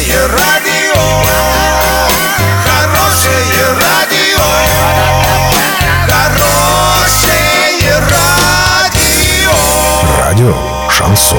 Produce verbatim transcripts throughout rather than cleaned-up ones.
Хорошее радио, хорошее радио, хорошее радио. Радио Шансон.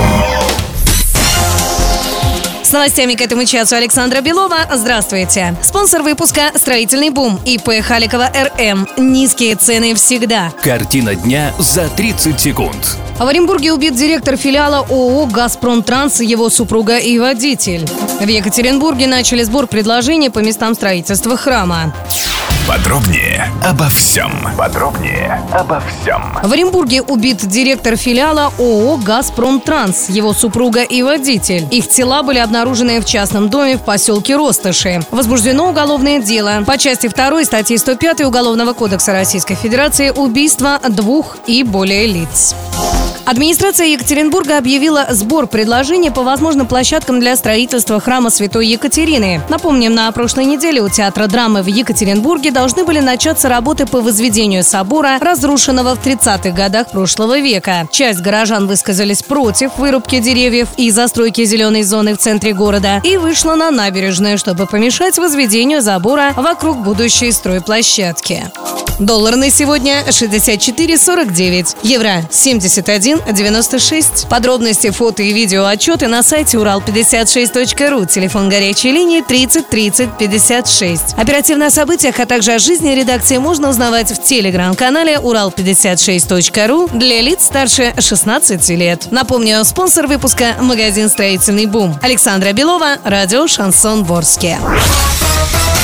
С новостями к этому часу Александра Белова. Здравствуйте. Спонсор выпуска «Строительный бум» ИП Халикова РМ. Низкие цены всегда. Картина дня за тридцать секунд. В Оренбурге убит директор филиала ООО «Газпромтранс», его супруга и водитель. В Екатеринбурге начали сбор предложений по местам строительства храма. Подробнее обо всем. Подробнее обо всем. В Оренбурге убит директор филиала ООО «Газпромтранс», его супруга и водитель. Их тела были обнаружены в частном доме в поселке Ростыши. Возбуждено уголовное дело по части второй статьи сто пять Уголовного кодекса Российской Федерации «Убийство двух и более лиц». Администрация Екатеринбурга объявила сбор предложений по возможным площадкам для строительства храма Святой Екатерины. Напомним, на прошлой неделе у Театра драмы в Екатеринбурге должны были начаться работы по возведению собора, разрушенного в тридцатых годах прошлого века. Часть горожан высказались против вырубки деревьев и застройки зеленой зоны в центре города и вышла на набережную, чтобы помешать возведению забора вокруг будущей стройплощадки. Доллар на сегодня шестьдесят четыре сорок девять, евро семьдесят один девяносто шесть. Подробности, фото и видео отчеты на сайте урал пятьдесят шесть точка ру, телефон горячей линии тридцать тридцать пятьдесят шесть. Оперативно о событиях, а также о жизни редакции можно узнавать в телеграм-канале урал пятьдесят шесть точка ру для лиц старше шестнадцати лет. Напомню, спонсор выпуска — магазин «Строительный бум». Александра Белова, радио «Шансон Ворске».